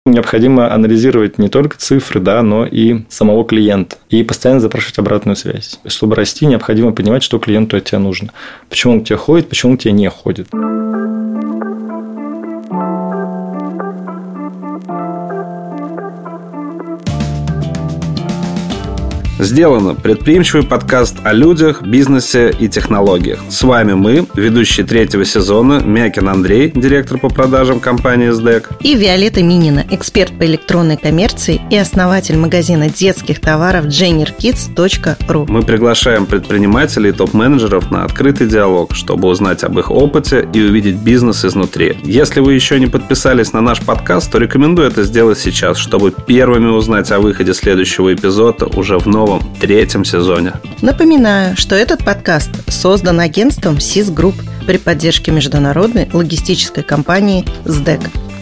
Необходимо анализировать не только цифры, да, но и самого клиента. И постоянно запрашивать обратную связь. Чтобы расти, необходимо понимать, что клиенту от тебя нужно. Почему он к тебе ходит, почему он к тебе не ходит. Сделано. Предприимчивый подкаст о людях, бизнесе и технологиях. С вами мы, ведущие 3-го сезона, Мякин Андрей, директор по продажам компании СДЭК. И Виолетта Минина, эксперт по электронной коммерции и основатель магазина детских товаров JennerKids.ru. Мы приглашаем предпринимателей и топ-менеджеров на открытый диалог, чтобы узнать об их опыте и увидеть бизнес изнутри. Если вы еще не подписались на наш подкаст, то рекомендую это сделать сейчас, чтобы первыми узнать о выходе следующего эпизода уже в новом 3-м сезоне. Напоминаю, что этот подкаст создан агентством SIS Group при поддержке международной логистической компании СДЭК.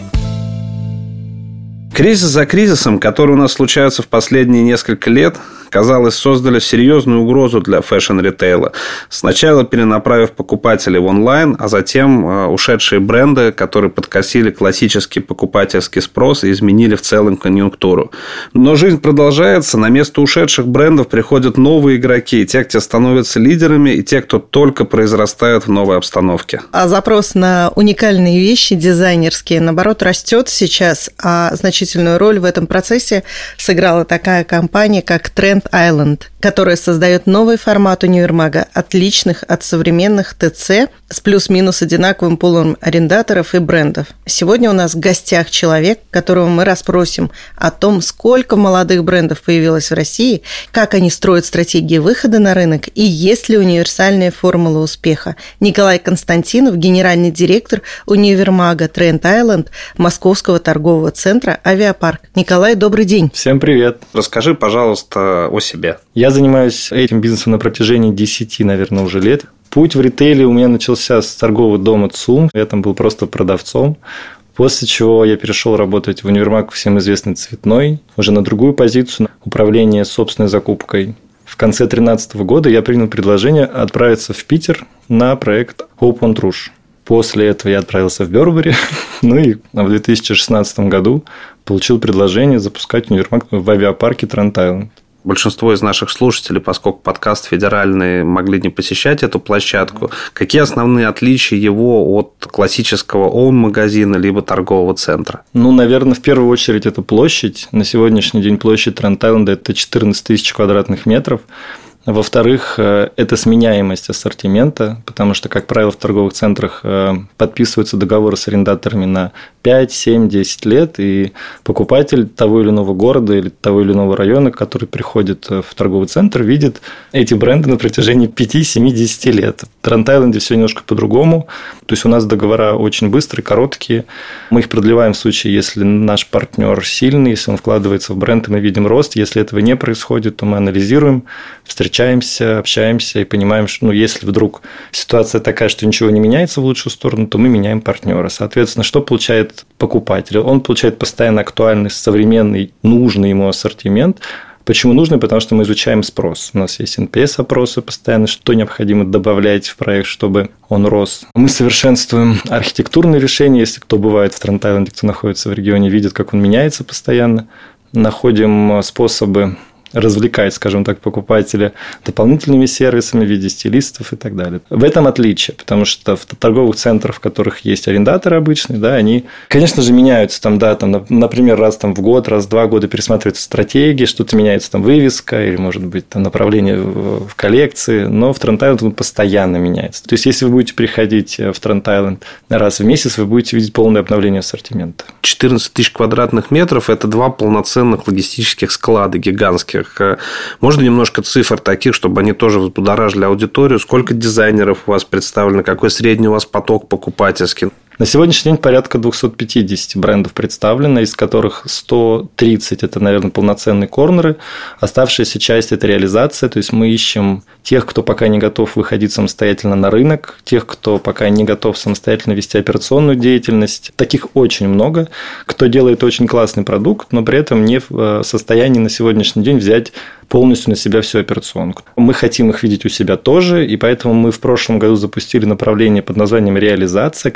Кризис за кризисом, которые у нас случаются в последние несколько лет, казалось, создали серьезную угрозу для фэшн-ритейла. Сначала перенаправив покупателей в онлайн, а затем ушедшие бренды, которые подкосили классический покупательский спрос и изменили в целом конъюнктуру. Но жизнь продолжается, на место ушедших брендов приходят новые игроки, те, кто становятся лидерами, и те, кто только произрастают в новой обстановке. А запрос на уникальные вещи дизайнерские, наоборот, растет сейчас, а значительную роль в этом процессе сыграла такая компания, как Trend Island, которая создает новый формат универмага, отличных от современных ТЦ, с плюс-минус одинаковым пулом арендаторов и брендов. Сегодня у нас в гостях человек, которого мы расспросим о том, сколько молодых брендов появилось в России, как они строят стратегии выхода на рынок и есть ли универсальная формула успеха. Николай Константинов, генеральный директор универмага Trend Island Московского торгового центра «Авиапарк». Николай, добрый день. Всем привет. Расскажи, пожалуйста, о себе. Я занимаюсь этим бизнесом на протяжении 10, наверное, уже лет. Путь в ритейле у меня начался с торгового дома ЦУМ. Я там был просто продавцом. После чего я перешел работать в универмаг всем известный Цветной, уже на другую позицию – управление собственной закупкой. В конце 2013 года я принял предложение отправиться в Питер на проект Open Rouge. После этого я отправился в Бёрбери, ну и в 2016 году получил предложение запускать универмаг в авиапарке Trend Island. Большинство из наших слушателей, поскольку подкаст федеральный, могли не посещать эту площадку. Какие основные отличия его от классического оун-магазина либо торгового центра? Наверное, в первую очередь это площадь. На сегодняшний день площадь Trend Island – это 14 тысяч квадратных метров. Во-вторых, это сменяемость ассортимента, потому что, как правило, в торговых центрах подписываются договоры с арендаторами на 5, 7, 10 лет, и покупатель того или иного города или того или иного района, который приходит в торговый центр, видит эти бренды на протяжении 5, 7, 10 лет. В Trend Island все немножко по-другому. То есть, у нас договора очень быстрые, короткие. Мы их продлеваем в случае, если наш партнер сильный, если он вкладывается в бренд, и мы видим рост. Если этого не происходит, то мы анализируем, встречаемся, общаемся и понимаем, что если вдруг ситуация такая, что ничего не меняется в лучшую сторону, то мы меняем партнера. Соответственно, что получает покупатель? Он получает постоянно актуальный, современный, нужный ему ассортимент. Почему нужный? Потому что мы изучаем спрос. У нас есть NPS-опросы постоянно, что необходимо добавлять в проект, чтобы он рос. Мы совершенствуем архитектурные решения. Если кто бывает в Trend Island, кто находится в регионе, видит, как он меняется постоянно. Находим способы развлекать, скажем так, покупателя дополнительными сервисами в виде стилистов и так далее. В этом отличие, потому что в торговых центрах, в которых есть арендаторы обычные, да, они, конечно же, меняются там, да, там, например, раз там, в год, раз в 2 года пересматриваются стратегии, что-то меняется там вывеска или, может быть, там, направление в коллекции, но в Trend Island он постоянно меняется. То есть, если вы будете приходить в Trend Island раз в месяц, вы будете видеть полное обновление ассортимента. 14 тысяч квадратных метров – это 2 полноценных логистических склада гигантских. Можно немножко цифр таких, чтобы они тоже взбудоражили аудиторию? Сколько дизайнеров у вас представлено? Какой средний у вас поток покупательский? На сегодняшний день порядка 250 брендов представлено, из которых 130 – это, наверное, полноценные корнеры. Оставшаяся часть – это реализация. То есть, мы ищем тех, кто пока не готов выходить самостоятельно на рынок, тех, кто пока не готов самостоятельно вести операционную деятельность. Таких очень много, кто делает очень классный продукт, но при этом не в состоянии на сегодняшний день взять полностью на себя всю операционку. Мы хотим их видеть у себя тоже, и поэтому мы в прошлом году запустили направление под названием «Реализация», когда мы берем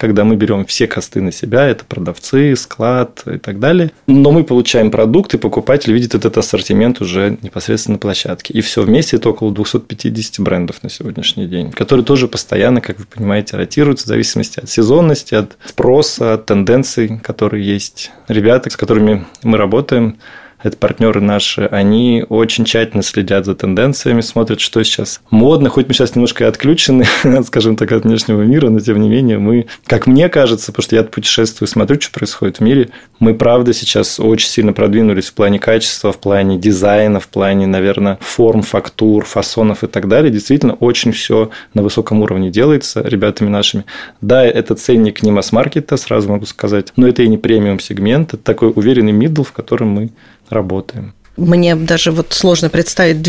берем все косты на себя, это продавцы, склад и так далее. Но мы получаем продукт, и покупатель видит этот ассортимент уже непосредственно на площадке. И все вместе это около 250 брендов на сегодняшний день, которые тоже постоянно, как вы понимаете, ротируются в зависимости от сезонности, от спроса, от тенденций, которые есть. Ребята, с которыми мы работаем, это партнеры наши, они очень тщательно следят за тенденциями, смотрят, что сейчас модно. Хоть мы сейчас немножко отключены, скажем так, от внешнего мира, но тем не менее мы, как мне кажется, потому что я путешествую, смотрю, что происходит в мире, мы, правда, сейчас очень сильно продвинулись в плане качества, в плане дизайна, в плане, наверное, форм, фактур, фасонов и так далее. Действительно, очень все на высоком уровне делается ребятами нашими. Да, это ценник не масс-маркета, сразу могу сказать, но это и не премиум-сегмент, это такой уверенный мидл, в котором мы работаем. Мне даже вот сложно представить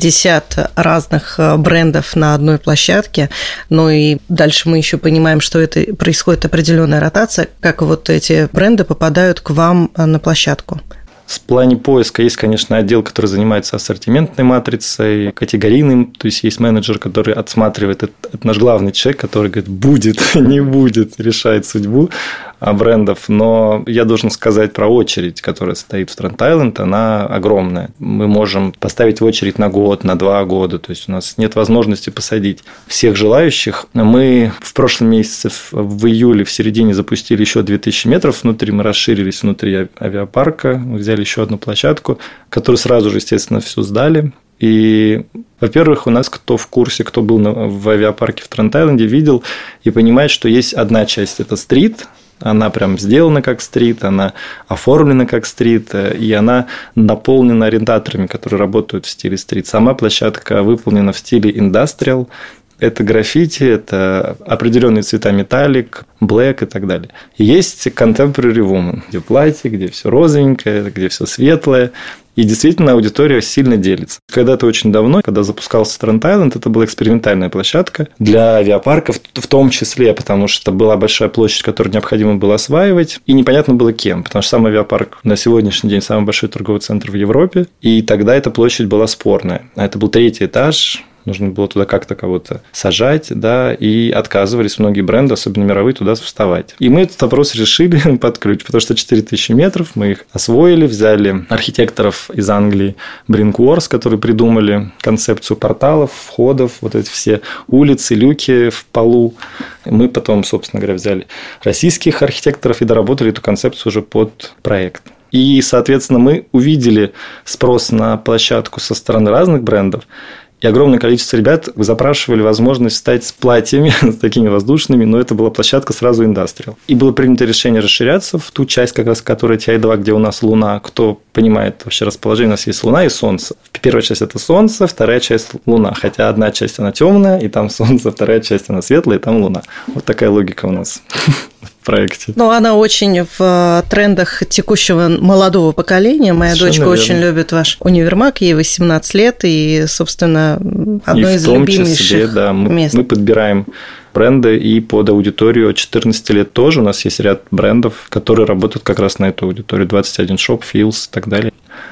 250 разных брендов на одной площадке, но и дальше мы еще понимаем, что это происходит определенная ротация, как вот эти бренды попадают к вам на площадку. В плане поиска есть, конечно, отдел, который занимается ассортиментной матрицей, категорийным, то есть есть менеджер, который отсматривает, это наш главный человек, который говорит, будет, не будет, решает судьбу брендов, но я должен сказать про очередь, которая стоит в Trend Island, она огромная. Мы можем поставить в очередь на год, на 2 года, то есть у нас нет возможности посадить всех желающих. Мы в прошлом месяце, в июле, в середине запустили еще 2000 метров внутри, мы расширились внутри авиапарка, мы взяли еще одну площадку, которую сразу же, естественно, всю сдали. И, во-первых, у нас кто в курсе, кто был в авиапарке в Trend Island, видел и понимает, что есть одна часть – это стрит, она прям сделана как стрит, она оформлена как стрит, и она наполнена арендаторами, которые работают в стиле стрит. Сама площадка выполнена в стиле индастриал. Это граффити, это определенные цвета металлик, блэк и так далее. И есть contemporary woman, где платье, где все розовенькое, где все светлое. И действительно аудитория сильно делится. Когда-то очень давно, когда запускался Trend Island, это была экспериментальная площадка для авиапарков, в том числе, потому что была большая площадь, которую необходимо было осваивать, и непонятно было кем, потому что сам авиапарк на сегодняшний день самый большой торговый центр в Европе, и тогда эта площадь была спорная. А это был 3-й этаж, нужно было туда как-то кого-то сажать, да, и отказывались многие бренды, особенно мировые, туда вставать. И мы этот вопрос решили под ключ, потому что 4000 метров, мы их освоили, взяли архитекторов из Англии Brinkworth, которые придумали концепцию порталов, входов, вот эти все улицы, люки в полу. Мы потом, собственно говоря, взяли российских архитекторов и доработали эту концепцию уже под проект. И, соответственно, мы увидели спрос на площадку со стороны разных брендов, и огромное количество ребят запрашивали возможность стать с платьями, с такими воздушными, но это была площадка сразу индастриал. И было принято решение расширяться в ту часть, как раз, которая TI2, где у нас Луна. Кто понимает вообще расположение, у нас есть Луна и Солнце. Первая часть – это Солнце, вторая часть – Луна. Хотя одна часть, она темная, и там Солнце, вторая часть, она светлая, и там Луна. Вот такая логика у нас в проекте. Ну, она очень в трендах текущего молодого поколения. Моя дочка очень любит ваш универмаг, ей 18 лет, и, собственно, одно из любимейших числе, да, мест. Мы подбираем бренды и под аудиторию от 14 лет тоже. У нас есть ряд брендов, которые работают как раз на эту аудиторию. 21 Shop, Feels и так далее.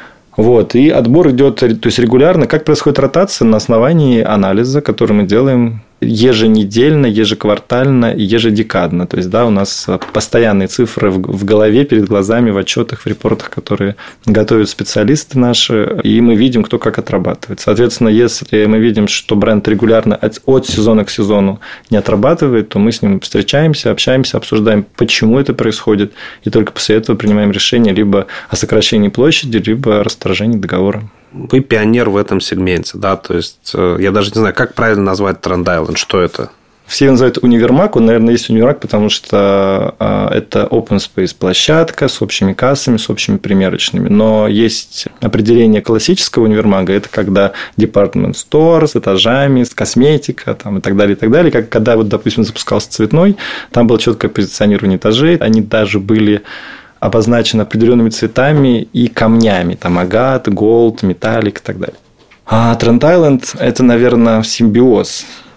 Вот. И отбор идет, то есть регулярно. Как происходит ротация? На основании анализа, который мы делаем еженедельно, ежеквартально и ежедекадно. То есть, да, у нас постоянные цифры в голове, перед глазами, в отчетах, в репортах, которые готовят специалисты наши, и мы видим, кто как отрабатывает. Соответственно, если мы видим, что бренд регулярно от сезона к сезону не отрабатывает, то мы с ним встречаемся, общаемся, обсуждаем, почему это происходит, и только после этого принимаем решение либо о сокращении площади, либо о расторжении договора. Вы пионер в этом сегменте, да, то есть я даже не знаю, как правильно назвать Trend Island, что это? Все называют универмаг, он, наверное, есть универмаг, потому что это open space площадка с общими кассами, с общими примерочными. Но есть определение классического универмага, это когда department store с этажами, с косметика там, и так далее, и так далее. Как когда, вот, допустим, запускался Цветной, там было четкое позиционирование этажей, они даже были обозначены определенными цветами и камнями, там агат, голд, металлик и так далее. А Trend Island – это, наверное, симбиоз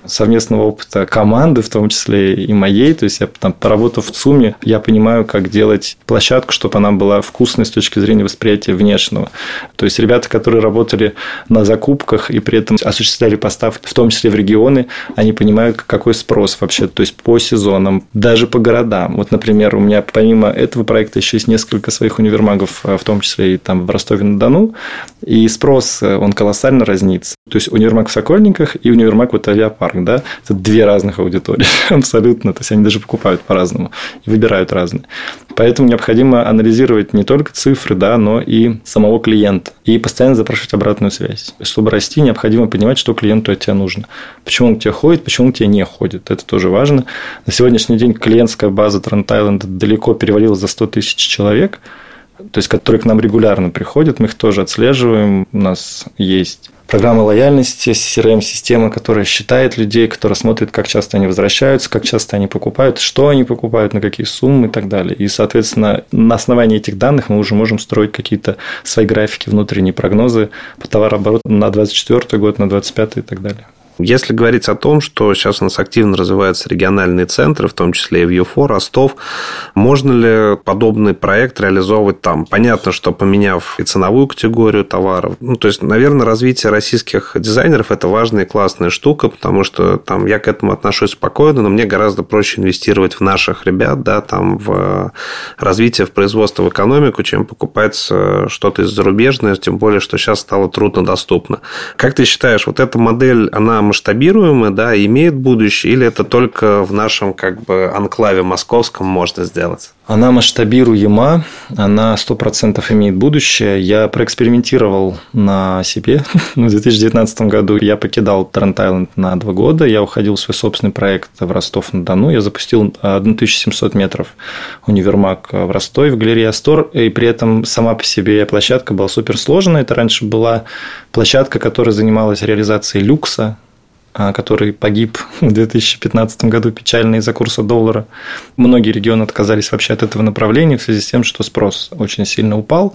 совместного опыта команды, в том числе и моей. То есть, я там, поработав в ЦУМе, я понимаю, как делать площадку, чтобы она была вкусной с точки зрения восприятия внешнего. То есть, ребята, которые работали на закупках и при этом осуществляли поставки, в том числе в регионы, они понимают, какой спрос вообще, то есть, по сезонам, даже по городам. Вот, например, у меня помимо этого проекта еще есть несколько своих универмагов, в том числе и там в Ростове-на-Дону, и спрос, он колоссально разнится. То есть, универмаг в Сокольниках и универмаг вот Авиапарк, да, это две разных аудитории абсолютно, то есть, они даже покупают по-разному и выбирают разные. Поэтому необходимо анализировать не только цифры, да, но и самого клиента и постоянно запрашивать обратную связь. Чтобы расти, необходимо понимать, что клиенту от тебя нужно. Почему он к тебе ходит, почему он к тебе не ходит. Это тоже важно. На сегодняшний день клиентская база Trend Island далеко перевалила за 100 тысяч человек, то есть, которые к нам регулярно приходят, мы их тоже отслеживаем. У нас есть программа лояльности, CRM-система, которая считает людей, которая смотрит, как часто они возвращаются, как часто они покупают, что они покупают, на какие суммы и так далее. И, соответственно, на основании этих данных мы уже можем строить какие-то свои графики, внутренние прогнозы по товарообороту на 2024 год, на 2025 и так далее. Если говорить о том, что сейчас у нас активно развиваются региональные центры, в том числе и в ЮФО, Ростов, можно ли подобный проект реализовывать там? Понятно, что поменяв и ценовую категорию товаров. То есть, наверное, развитие российских дизайнеров – это важная и классная штука, потому что там я к этому отношусь спокойно, но мне гораздо проще инвестировать в наших ребят, да, там, в развитие, в производство, в экономику, чем покупать что-то зарубежное, тем более, что сейчас стало труднодоступно. Как ты считаешь, вот эта модель, она масштабируемая, да, имеет будущее, или это только в нашем как бы анклаве московском можно сделать? Она масштабируема, она 100% имеет будущее. Я проэкспериментировал на себе. В 2019 году я покидал Trend Island на 2 года. Я уходил в свой собственный проект в Ростов-на-Дону. Я запустил 1700 метров универмаг в Ростове, в галерее Астор. И при этом сама по себе площадка была суперсложная. Это раньше была площадка, которая занималась реализацией люкса, который погиб в 2015 году печально из-за курса доллара. Многие регионы отказались вообще от этого направления в связи с тем, что спрос очень сильно упал.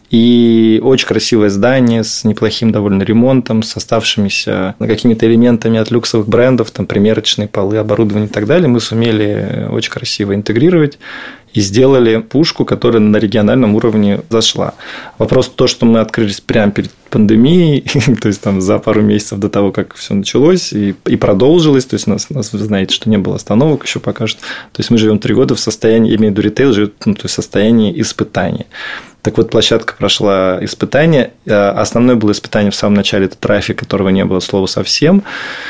И очень красивое здание с неплохим довольно ремонтом, с оставшимися какими-то элементами от люксовых брендов, там примерочные полы, оборудование и так далее, мы сумели очень красиво интегрировать и сделали пушку, которая на региональном уровне зашла. Вопрос то, что мы открылись прямо перед пандемией, то есть там за пару месяцев до того, как все началось и продолжилось, то есть у нас вы знаете, что не было остановок еще пока что, то есть мы живем 3 года в состоянии, я имею в виду ритейл, живет то есть в состоянии испытания. Так вот, площадка прошла испытание. Основное было испытание в самом начале – это трафик, которого не было слова совсем.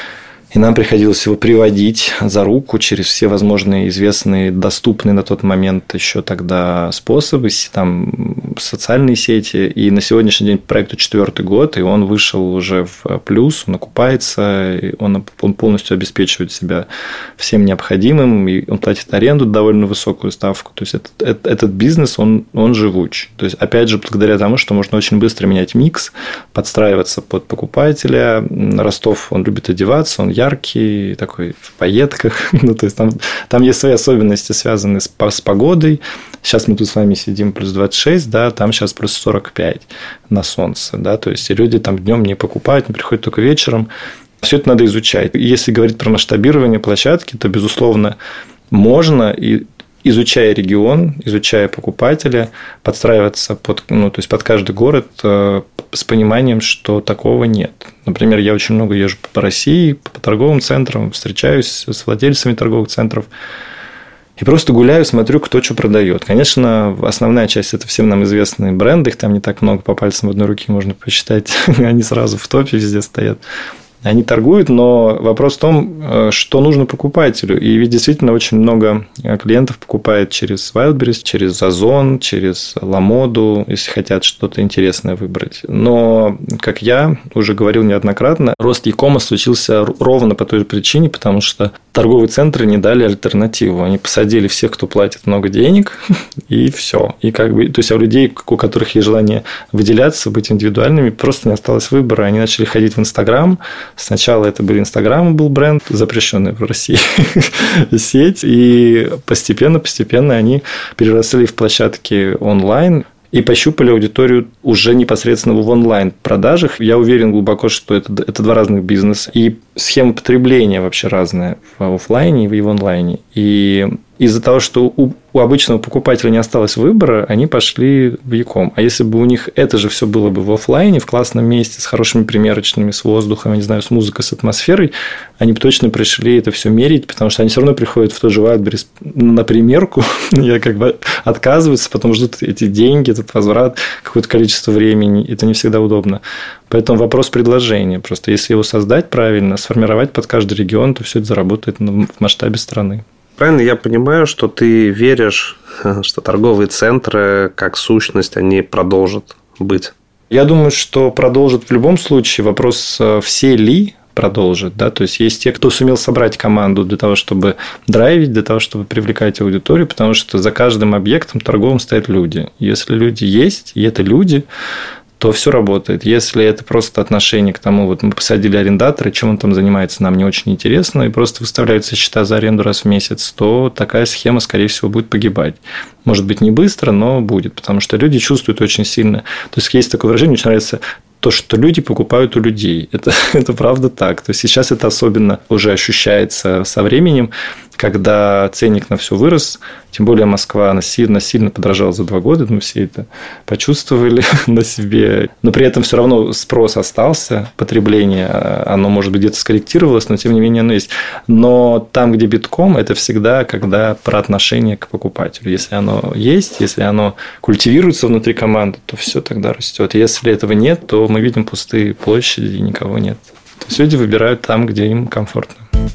И нам приходилось его приводить за руку через все возможные известные, доступные на тот момент еще тогда способы, там, социальные сети. И на сегодняшний день проекту 4-й год, и он вышел уже в плюс, он окупается, и он полностью обеспечивает себя всем необходимым, и он платит аренду довольно высокую ставку. То есть, этот бизнес, он живуч. То есть, опять же, благодаря тому, что можно очень быстро менять микс, подстраиваться под покупателя. Ростов, он любит одеваться, он яркий, такой в пайетках. То есть, там есть свои особенности, связанные с погодой. Сейчас мы тут с вами сидим плюс 26, да, там сейчас плюс 45 на солнце. Да, то есть, и люди там днем не покупают, не приходят только вечером. Все это надо изучать. Если говорить про масштабирование площадки, то, безусловно, можно, и изучая регион, изучая покупателя, подстраиваться под каждый город с пониманием, что такого нет. Например, я очень много езжу по России, по торговым центрам, встречаюсь с владельцами торговых центров и просто гуляю, смотрю, кто что продает. Конечно, основная часть – это всем нам известные бренды, их там не так много, по пальцам одной руки можно посчитать, они сразу в топе везде стоят. Они торгуют, но вопрос в том, что нужно покупателю. И ведь действительно очень много клиентов покупает через Wildberries, через Озон, через Ламоду, если хотят что-то интересное выбрать. Но, как я уже говорил неоднократно, рост e-commerce случился ровно по той же причине, потому что торговые центры не дали альтернативу. Они посадили всех, кто платит много денег, и все. И то есть, у людей, у которых есть желание выделяться, быть индивидуальными, просто не осталось выбора. Они начали ходить в Инстаграм. Сначала это был Инстаграм, был бренд, запрещенный в России сеть, и постепенно они переросли в площадки онлайн и пощупали аудиторию уже непосредственно в онлайн-продажах. Я уверен глубоко, что это 2 разных бизнеса. И схема потребления вообще разная в офлайне и в онлайне. И из-за того, что у обычного покупателя не осталось выбора, они пошли в e-com. А если бы у них это же все было бы в офлайне, в классном месте, с хорошими примерочными, с воздухом, я не знаю, с музыкой, с атмосферой, они бы точно пришли это все мерить, потому что они все равно приходят в тот же Wildberries на примерку, и как бы отказываются, потом ждут эти деньги, этот возврат, какое-то количество времени. Это не всегда удобно. Поэтому вопрос предложения. Просто если его создать правильно, сформировать под каждый регион, то все это заработает в масштабе страны. Правильно я понимаю, что ты веришь, что торговые центры, как сущность, они продолжат быть? Я думаю, что продолжат в любом случае. Вопрос, все ли продолжат. Да? То есть, есть те, кто сумел собрать команду для того, чтобы драйвить, для того, чтобы привлекать аудиторию, потому что за каждым объектом торговым стоят люди. Если люди есть, и это люди, то все работает. Если это просто отношение к тому, вот мы посадили арендатора, чем он там занимается, нам не очень интересно, и просто выставляются счета за аренду раз в месяц, то такая схема, скорее всего, будет погибать. Может быть, не быстро, но будет, потому что люди чувствуют очень сильно. То есть, есть такое выражение, мне очень нравится, то, что люди покупают у людей. Это правда так. То есть, сейчас это особенно уже ощущается со временем, когда ценник на все вырос, тем более Москва сильно подорожала за 2 года, мы все это почувствовали на себе. Но при этом все равно спрос остался, потребление, оно, может быть, где-то скорректировалось, но тем не менее оно есть. Но там, где битком, это всегда когда про отношение к покупателю. Если оно есть, если оно культивируется внутри команды, то все тогда растет. Если этого нет, то мы видим пустые площади и никого нет. То есть, люди выбирают там, где им комфортно.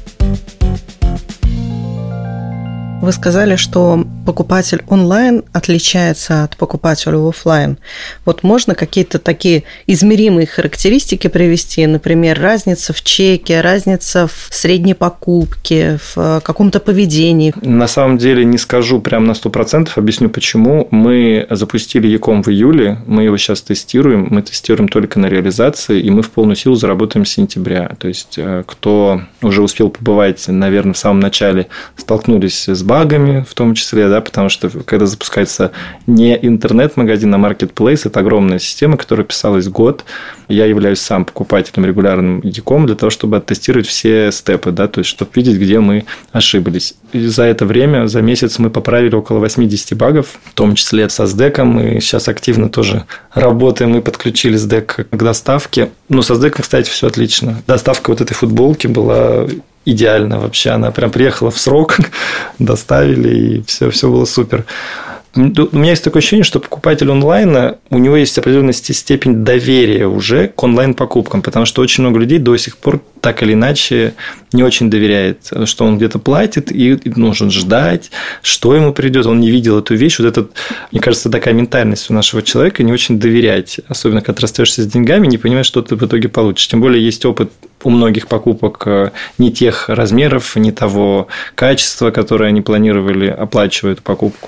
Вы сказали, что покупатель онлайн отличается от покупателя офлайн. Вот можно какие-то такие измеримые характеристики привести, например, разница в чеке, разница в средней покупке, в каком-то поведении? На самом деле не скажу прям на 100%, объясню почему. Мы запустили e-com в июле, мы его сейчас тестируем, мы тестируем только на реализации, и мы в полную силу заработаем с сентября. То есть, кто уже успел побывать, наверное, в самом начале, столкнулись с багами, в том числе, да, потому что когда запускается не интернет-магазин, а маркетплейс, это огромная система, которая писалась год. Я являюсь сам покупателем регулярным e-com для того, чтобы оттестировать все степы, да, то есть, чтобы видеть, где мы ошиблись. И за это время, за месяц мы поправили около 80 багов, в том числе со SDEC. Мы сейчас активно тоже работаем, мы подключили SDEC к доставке. Но со SDEC, кстати, все отлично. Доставка вот этой футболки была идеально вообще. Она прям приехала в срок, доставили, и все было супер. У меня есть такое ощущение, что покупатель онлайна, у него есть определенная степень доверия уже к онлайн-покупкам, потому что очень много людей до сих пор так или иначе не очень доверяет, что он где-то платит и нужно ждать, что ему придет, он не видел эту вещь. Вот это, мне кажется, такая ментальность у нашего человека, не очень доверять, особенно когда ты расстаешься с деньгами, не понимаешь, что ты в итоге получишь. Тем более есть опыт у многих покупок не тех размеров, не того качества, которое они планировали, оплачивая эту покупку.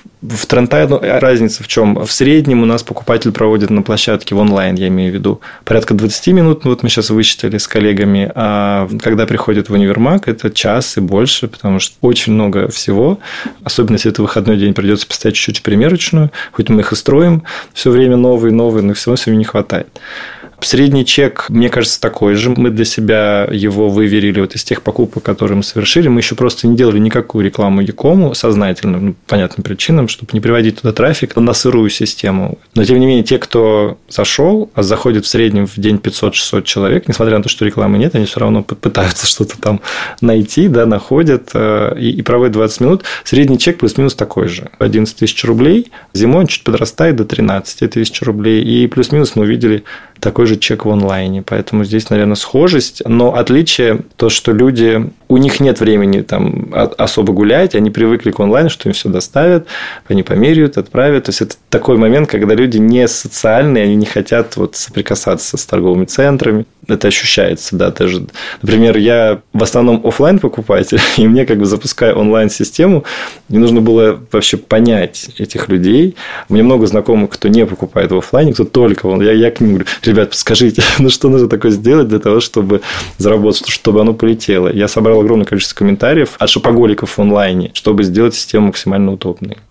В Trend разница в чем? В среднем у нас покупатель проводит на площадке в онлайн, я имею в виду, порядка 20 минут, вот мы сейчас высчитали с коллегами, а когда приходит в универмаг, это час и больше, потому что очень много всего, особенно если это выходной день, придется поставить чуть-чуть примерочную, хоть мы их и строим, все время новые, но всего не хватает. Средний чек, мне кажется, такой же. Мы для себя его выверили вот из тех покупок, которые мы совершили. Мы еще просто не делали никакую рекламу e-com сознательно, по понятным причинам, чтобы не приводить туда трафик на сырую систему. Но, тем не менее, те, кто зашел, а заходит в среднем в день 500-600 человек, несмотря на то, что рекламы нет, они все равно пытаются что-то там найти, да, находят и проводят 20 минут. Средний чек плюс-минус такой же. 11 тысяч рублей. Зимой он чуть подрастает до 13 тысяч рублей. И плюс-минус мы увидели такой же чек в онлайне. Поэтому здесь, наверное, схожесть. Но отличие то, что люди, у них нет времени там особо гулять, они привыкли к онлайну, что им все доставят, они померяют, отправят. То есть, это такой момент, когда люди не социальные, они не хотят вот соприкасаться с торговыми центрами. Это ощущается, да, даже. Например, я в основном офлайн покупатель, и мне, как бы, запуская онлайн-систему, мне нужно было вообще понять этих людей. У меня много знакомых, кто не покупает в офлайне, кто только вон. Я к ним говорю: ребят, подскажите, что нужно такое сделать для того, чтобы заработать, чтобы оно полетело. Я собрал огромное количество комментариев от шопоголиков в онлайне, чтобы сделать систему максимально удобной.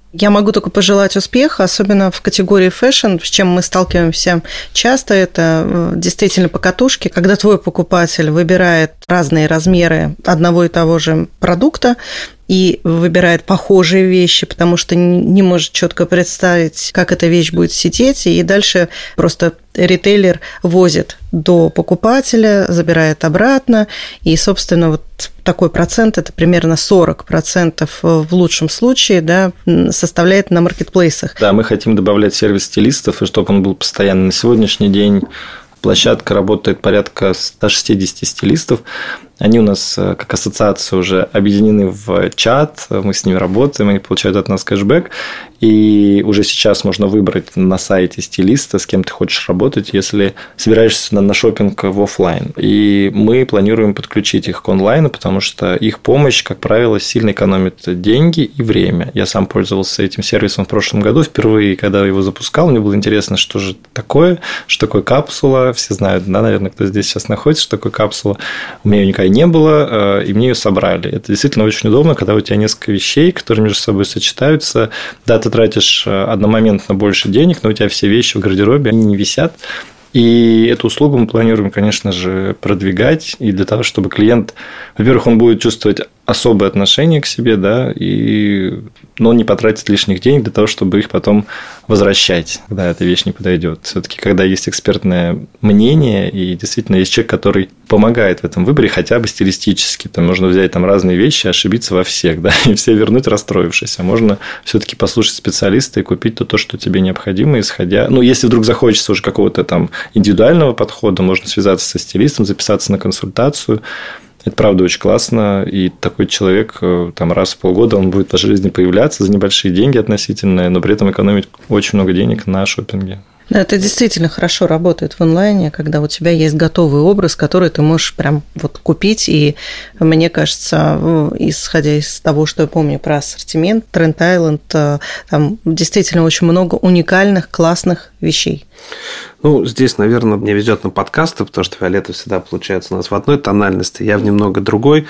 Я могу только пожелать успеха, особенно в категории фэшн, с чем мы сталкиваемся часто. Это действительно покатушки, когда твой покупатель выбирает разные размеры одного и того же продукта и выбирает похожие вещи, потому что не может четко представить, как эта вещь будет сидеть, и дальше просто ритейлер возит до покупателя, забирает обратно, и, собственно, вот такой процент, это примерно 40% в лучшем случае, да, составляет на маркетплейсах. Да, мы хотим добавлять сервис стилистов, и чтобы он был постоянно. На сегодняшний день площадка работает порядка 160 стилистов. Они у нас как ассоциация уже объединены в чат, мы с ними работаем, они получают от нас кэшбэк, и уже сейчас можно выбрать на сайте стилиста, с кем ты хочешь работать, если собираешься на шопинг в офлайн. И мы планируем подключить их к онлайну, потому что их помощь, как правило, сильно экономит деньги и время. Я сам пользовался этим сервисом в прошлом году, впервые, когда его запускал, мне было интересно, что же такое, что такое капсула, все знают, да, наверное, кто здесь сейчас находится, что такое капсула, у меня ее никогда не было, и мне ее собрали. Это действительно очень удобно, когда у тебя несколько вещей, которые между собой сочетаются. Да, ты тратишь одномоментно больше денег, но у тебя все вещи в гардеробе, они не висят. И эту услугу мы планируем, конечно же, продвигать, и для того, чтобы клиент, во-первых, он будет чувствовать особое отношение к себе, да, но он не потратит лишних денег для того, чтобы их потом возвращать, когда эта вещь не подойдет. Все-таки, когда есть экспертное мнение, и действительно есть человек, который помогает в этом выборе хотя бы стилистически, то можно взять там разные вещи, ошибиться во всех, да, и все вернуть, расстроившись. А можно все-таки послушать специалиста и купить то, что тебе необходимо, исходя. Ну, если вдруг захочется уже какого-то там индивидуального подхода, можно связаться со стилистом, записаться на консультацию. Это правда очень классно, и такой человек там раз в полгода он будет по жизни появляться за небольшие деньги относительные, но при этом экономить очень много денег на шопинге. Да, это действительно хорошо работает в онлайне, когда у тебя есть готовый образ, который ты можешь прям вот купить. И мне кажется, исходя из того, что я помню про ассортимент, Trend Island, там действительно очень много уникальных, классных вещей. Ну, здесь, наверное, мне везет на подкасты, потому что Виолетта всегда получается у нас в одной тональности, я в немного другой.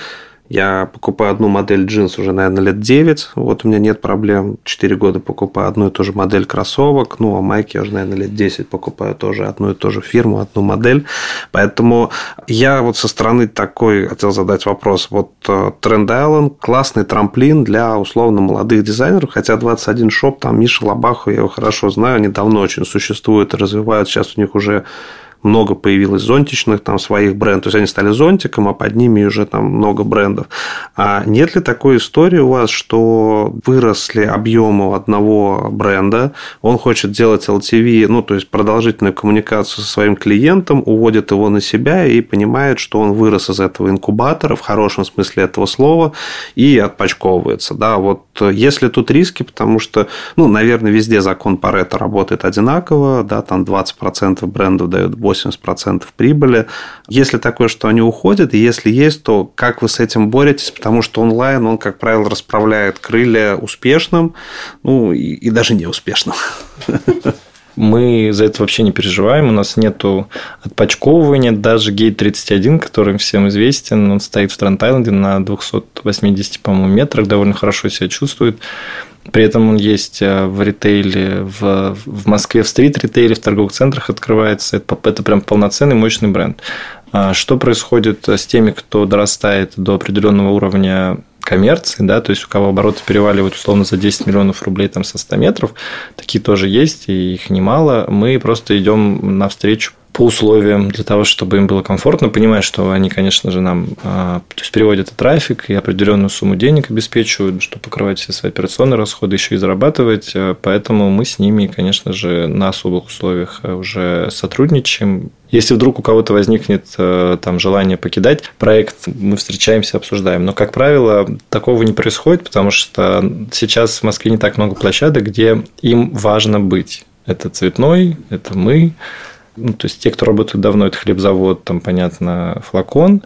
Я покупаю одну модель джинс уже, наверное, лет 9. Вот у меня нет проблем. 4 года покупаю одну и ту же модель кроссовок. Ну, а майки я уже, наверное, лет 10 покупаю тоже одну и ту же фирму, одну модель. Поэтому я вот со стороны такой хотел задать вопрос. Вот Trend Island – классный трамплин для условно молодых дизайнеров. Хотя 21 Shop, там Миша Лобахов, я его хорошо знаю, они давно очень существуют и развивают. Сейчас у них уже много появилось зонтичных там своих брендов. То есть, они стали зонтиком, а под ними уже там много брендов. А нет ли такой истории у вас, что выросли объемы одного бренда, он хочет делать LTV, ну, то есть, продолжительную коммуникацию со своим клиентом, уводит его на себя и понимает, что он вырос из этого инкубатора, в хорошем смысле этого слова, и отпочковывается. Да, вот есть ли тут риски, потому что, ну, наверное, везде закон Парето работает одинаково, да, там 20% брендов дают 80% прибыли. Если такое, что они уходят, и если есть, то как вы с этим боретесь? Потому что онлайн, он, как правило, расправляет крылья успешным, ну, и даже неуспешным. Мы за это вообще не переживаем, у нас нету отпочковывания, даже Gate 31, который всем известен, он стоит в Trend Island на 280, по-моему, метрах, довольно хорошо себя чувствует. При этом он есть в ритейле, в Москве, в стрит-ритейле, в торговых центрах открывается. Это прям полноценный, мощный бренд. Что происходит с теми, кто дорастает до определенного уровня коммерции, да, то есть у кого обороты переваливают условно за 10 миллионов рублей там, со 100 метров, такие тоже есть, и их немало. Мы просто идем навстречу по условиям для того, чтобы им было комфортно, понимая, что они, конечно же, нам то есть, переводят трафик и определенную сумму денег обеспечивают, чтобы покрывать все свои операционные расходы, еще и зарабатывать. Поэтому мы с ними, конечно же, на особых условиях уже сотрудничаем. Если вдруг у кого-то возникнет там, желание покидать проект, мы встречаемся, обсуждаем. Но, как правило, такого не происходит, потому что сейчас в Москве не так много площадок, где им важно быть. Это Цветной, это мы. Ну, то есть, те, кто работает давно, это хлебзавод, там, понятно, Флакон.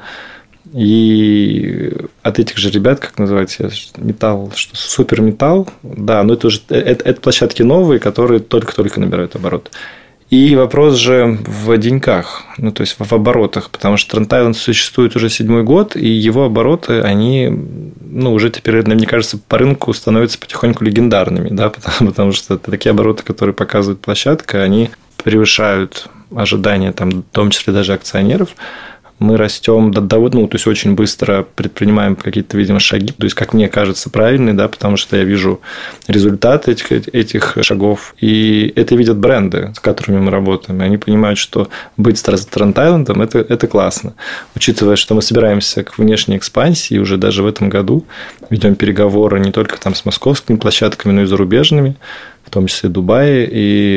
И от этих же ребят, как называется, металл, что суперметалл, да, но это уже это площадки новые, которые только-только набирают оборот. И вопрос же в деньгах, ну, то есть в оборотах, потому что Trend Island существует уже 7-й год, и его обороты, они уже теперь, мне кажется, по рынку становятся потихоньку легендарными, да, потому что такие обороты, которые показывает площадка, они превышают ожидания, там, в том числе даже акционеров. Мы растем то есть очень быстро предпринимаем какие-то, видимо, шаги, то есть, как мне кажется, правильные, да, потому что я вижу результаты этих шагов, и это видят бренды, с которыми мы работаем, и они понимают, что быть Trend Island – это классно. Учитывая, что мы собираемся к внешней экспансии, уже даже в этом году ведем переговоры не только там с московскими площадками, но и зарубежными, в том числе Дубае,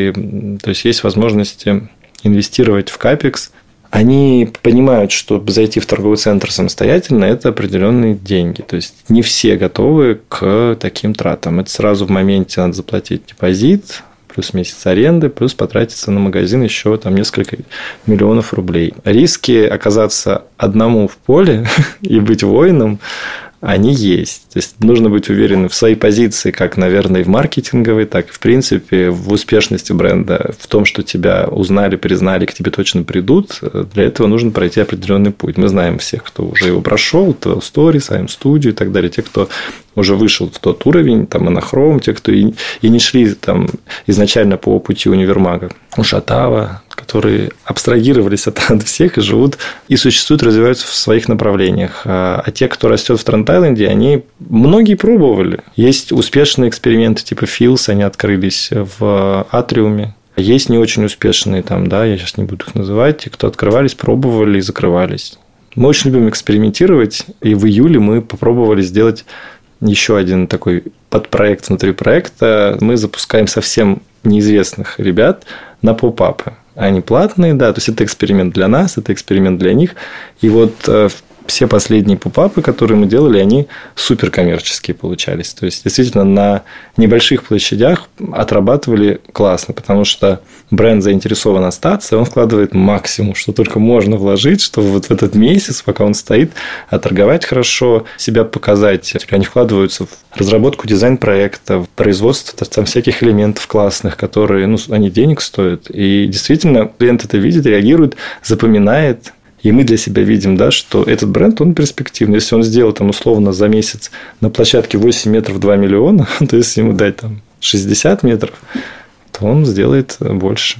и то есть есть возможности инвестировать в капекс. Они понимают, что зайти в торговый центр самостоятельно – это определенные деньги. То есть, не все готовы к таким тратам. Это сразу в моменте надо заплатить депозит, плюс месяц аренды, плюс потратиться на магазин еще там несколько миллионов рублей. Риски оказаться одному в поле и быть воином, они есть. То есть, нужно быть уверенным в своей позиции, как, наверное, и в маркетинговой, так и, в принципе, в успешности бренда, в том, что тебя узнали, признали, к тебе точно придут. Для этого нужно пройти определенный путь. Мы знаем всех, кто уже его прошел, 12 Stories, IM Studio и так далее. Те, кто уже вышел в тот уровень, там, Monochrome, те, кто и не шли там изначально по пути универмага. Шатава, которые абстрагировались от всех и живут, и существуют, развиваются в своих направлениях. А те, кто растет в Trend Island, они многие пробовали. Есть успешные эксперименты типа Feels, они открылись в Атриуме. Есть не очень успешные там, да, я сейчас не буду их называть, те, кто открывались, пробовали и закрывались. Мы очень любим экспериментировать, и в июле мы попробовали сделать еще один такой подпроект внутри проекта. Мы запускаем совсем неизвестных ребят на поп-апы. Они платные, да, то есть это эксперимент для нас, это эксперимент для них. И вот все последние поп-апы, которые мы делали, они суперкоммерческие получались. То есть, действительно, на небольших площадях отрабатывали классно, потому что бренд заинтересован остаться, и он вкладывает максимум, что только можно вложить, чтобы вот в этот месяц, пока он стоит, оторговать хорошо, себя показать. Они вкладываются в разработку дизайн-проекта, в производство там всяких элементов классных, которые, они денег стоят. И действительно, клиент это видит, реагирует, запоминает. И мы для себя видим, да, что этот бренд, он перспективный. Если он сделал там, условно за месяц на площадке 8 метров 2 миллиона, то если ему дать там 60 метров, то он сделает больше.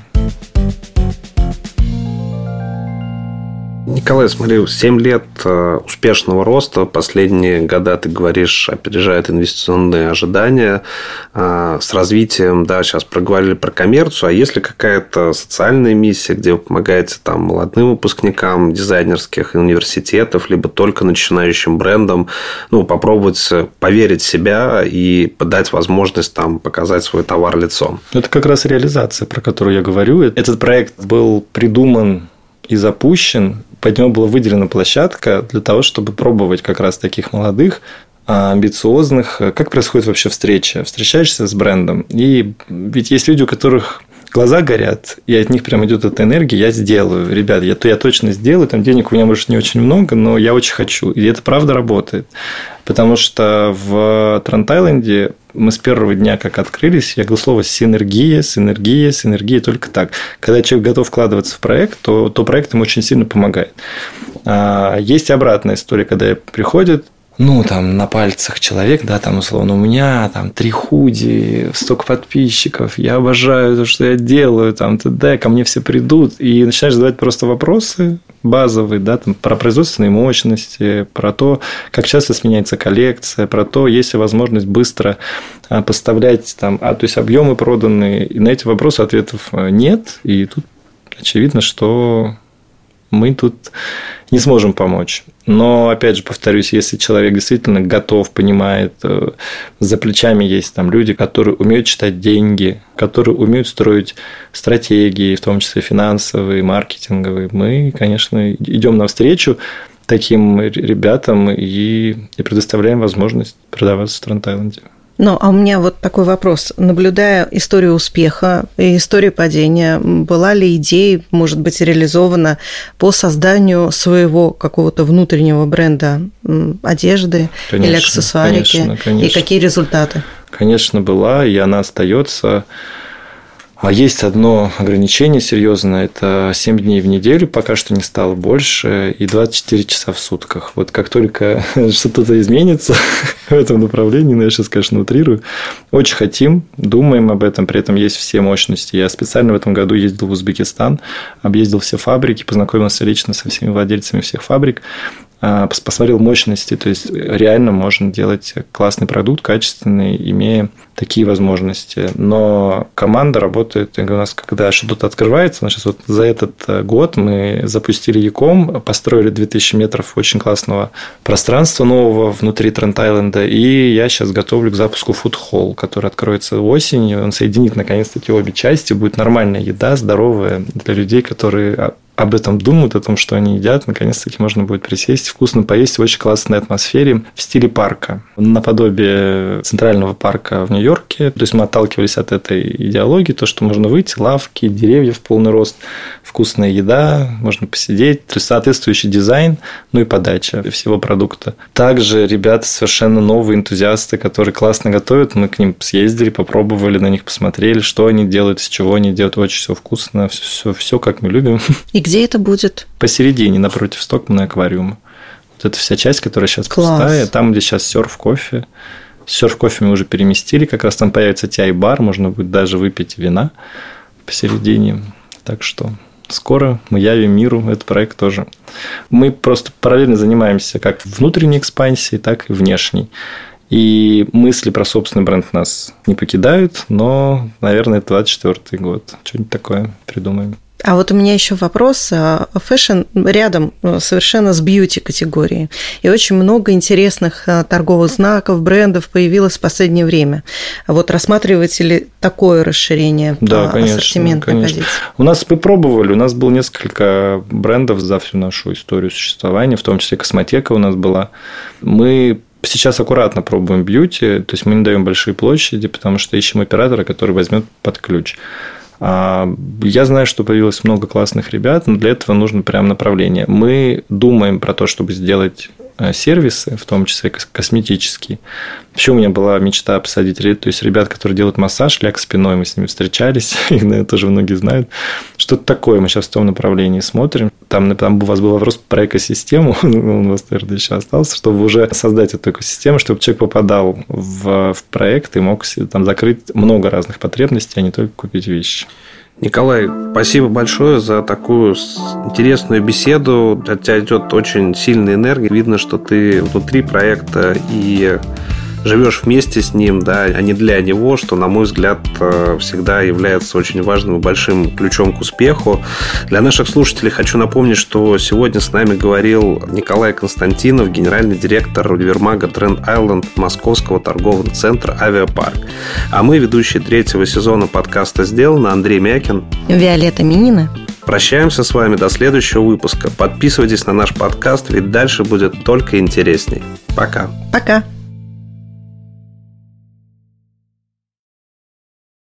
Николай, смотри, 7 лет успешного роста, последние года, ты говоришь, опережают инвестиционные ожидания с развитием, да, сейчас проговорили про коммерцию, а есть ли какая-то социальная миссия, где вы помогаете там молодым выпускникам дизайнерских университетов, либо только начинающим брендам, попробовать поверить в себя и дать возможность там показать свой товар лицом? Это как раз реализация, про которую я говорю. Этот проект был придуман и запущен, под него была выделена площадка для того, чтобы пробовать как раз таких молодых, амбициозных. Как происходит вообще встреча? Встречаешься с брендом, и ведь есть люди, у которых глаза горят, и от них прям идет эта энергия, я сделаю, ребят, я точно сделаю, там денег у меня, может, не очень много, но я очень хочу, и это правда работает, потому что в Trend Island мы с первого дня, как открылись, я говорю слово синергия, только так. Когда человек готов вкладываться в проект, то проект ему очень сильно помогает. Есть обратная история, когда приходит, там на пальцах человек, да, там условно, у меня там 3 худи, столько подписчиков, я обожаю то, что я делаю, там т.д., ко мне все придут, и начинаешь задавать просто вопросы базовые, да, там, про производственные мощности, про то, как часто сменяется коллекция, про то, есть ли возможность быстро поставлять там, то есть объемы проданные, и на эти вопросы ответов нет, и тут очевидно, что мы тут не сможем помочь. Но, опять же, повторюсь, если человек действительно готов, понимает, за плечами есть там люди, которые умеют читать деньги, которые умеют строить стратегии, в том числе финансовые, маркетинговые, мы, конечно, идем навстречу таким ребятам и предоставляем возможность продаваться в Trend Island. А у меня вот такой вопрос. Наблюдая историю успеха и историю падения, была ли идея, может быть, реализована по созданию своего какого-то внутреннего бренда одежды, конечно, или аксессуарики? Конечно. И какие результаты? Конечно, была, и она остается. А есть одно ограничение серьезное, это 7 дней в неделю, пока что не стало больше, и 24 часа в сутках. Вот как только что-то изменится в этом направлении, я сейчас, конечно, утрирую, очень хотим, думаем об этом, при этом есть все мощности. Я специально в этом году ездил в Узбекистан, объездил все фабрики, познакомился лично со всеми владельцами всех фабрик, посмотрел мощности, то есть реально можно делать классный продукт, качественный, имея такие возможности. Но команда работает, у нас когда что-то открывается, сейчас вот за этот год мы запустили Яком, построили 2000 метров очень классного пространства нового внутри Трент-Айленда, и я сейчас готовлю к запуску Food Hall, который откроется осенью, он соединит наконец-таки обе части, будет нормальная еда, здоровая для людей, которые об этом думают, о том, что они едят, наконец-таки можно будет присесть, вкусно поесть в очень классной атмосфере в стиле парка. Наподобие Центрального парка в Нью-Йорке. То есть мы отталкивались от этой идеологии, то, что можно выйти, лавки, деревья в полный рост, вкусная еда, можно посидеть, то есть соответствующий дизайн, ну и подача всего продукта. Также ребята совершенно новые энтузиасты, которые классно готовят, мы к ним съездили, попробовали, на них посмотрели, что они делают, с чего они делают, очень все вкусно, все как мы любим. И где это будет? Посередине, напротив Стокмана аквариума. Вот это вся часть, которая сейчас пустая. Там, где сейчас серф-кофе. Серф-кофе мы уже переместили. Как раз там появится чай-бар. Можно будет даже выпить вина посередине. Так что скоро мы явим миру этот проект тоже. Мы просто параллельно занимаемся как внутренней экспансией, так и внешней. И мысли про собственный бренд нас не покидают. Но, наверное, это 2024 год. Что-нибудь такое придумаем. А вот у меня еще вопрос. Фэшн рядом совершенно с бьюти-категорией. И очень много интересных торговых знаков, брендов появилось в последнее время. Вот рассматриваете ли такое расширение ассортиментной позиции? У нас мы пробовали. У нас было несколько брендов за всю нашу историю существования, в том числе Космотека у нас была. Мы сейчас аккуратно пробуем бьюти, то есть мы не даем большие площади, потому что ищем оператора, который возьмет под ключ. Я знаю, что появилось много классных ребят, но для этого нужно прям направление. Мы думаем про то, чтобы сделать сервисы, в том числе косметические. Еще у меня была мечта посадить, то есть ребят, которые делают массаж, ляг спиной, мы с ними встречались, их, наверное, тоже многие знают. Что-то такое мы сейчас в том направлении смотрим. Там у вас был вопрос про экосистему, он у вас, наверное, еще остался, чтобы уже создать эту экосистему, чтобы человек попадал в проект и мог там закрыть много разных потребностей, а не только купить вещи. Николай, спасибо большое за такую интересную беседу. От тебя идет очень сильная энергия. Видно, что ты внутри проекта и живешь вместе с ним, да, а не для него, что, на мой взгляд, всегда является очень важным и большим ключом к успеху. Для наших слушателей хочу напомнить, что сегодня с нами говорил Николай Константинов, генеральный директор универмага Тренд-Айленд Московского торгового центра «Авиапарк». А мы, ведущие 3-го сезона подкаста «Сделано», Андрей Мякин, Виолетта Минина. Прощаемся с вами до следующего выпуска. Подписывайтесь на наш подкаст, ведь дальше будет только интересней. Пока. Пока.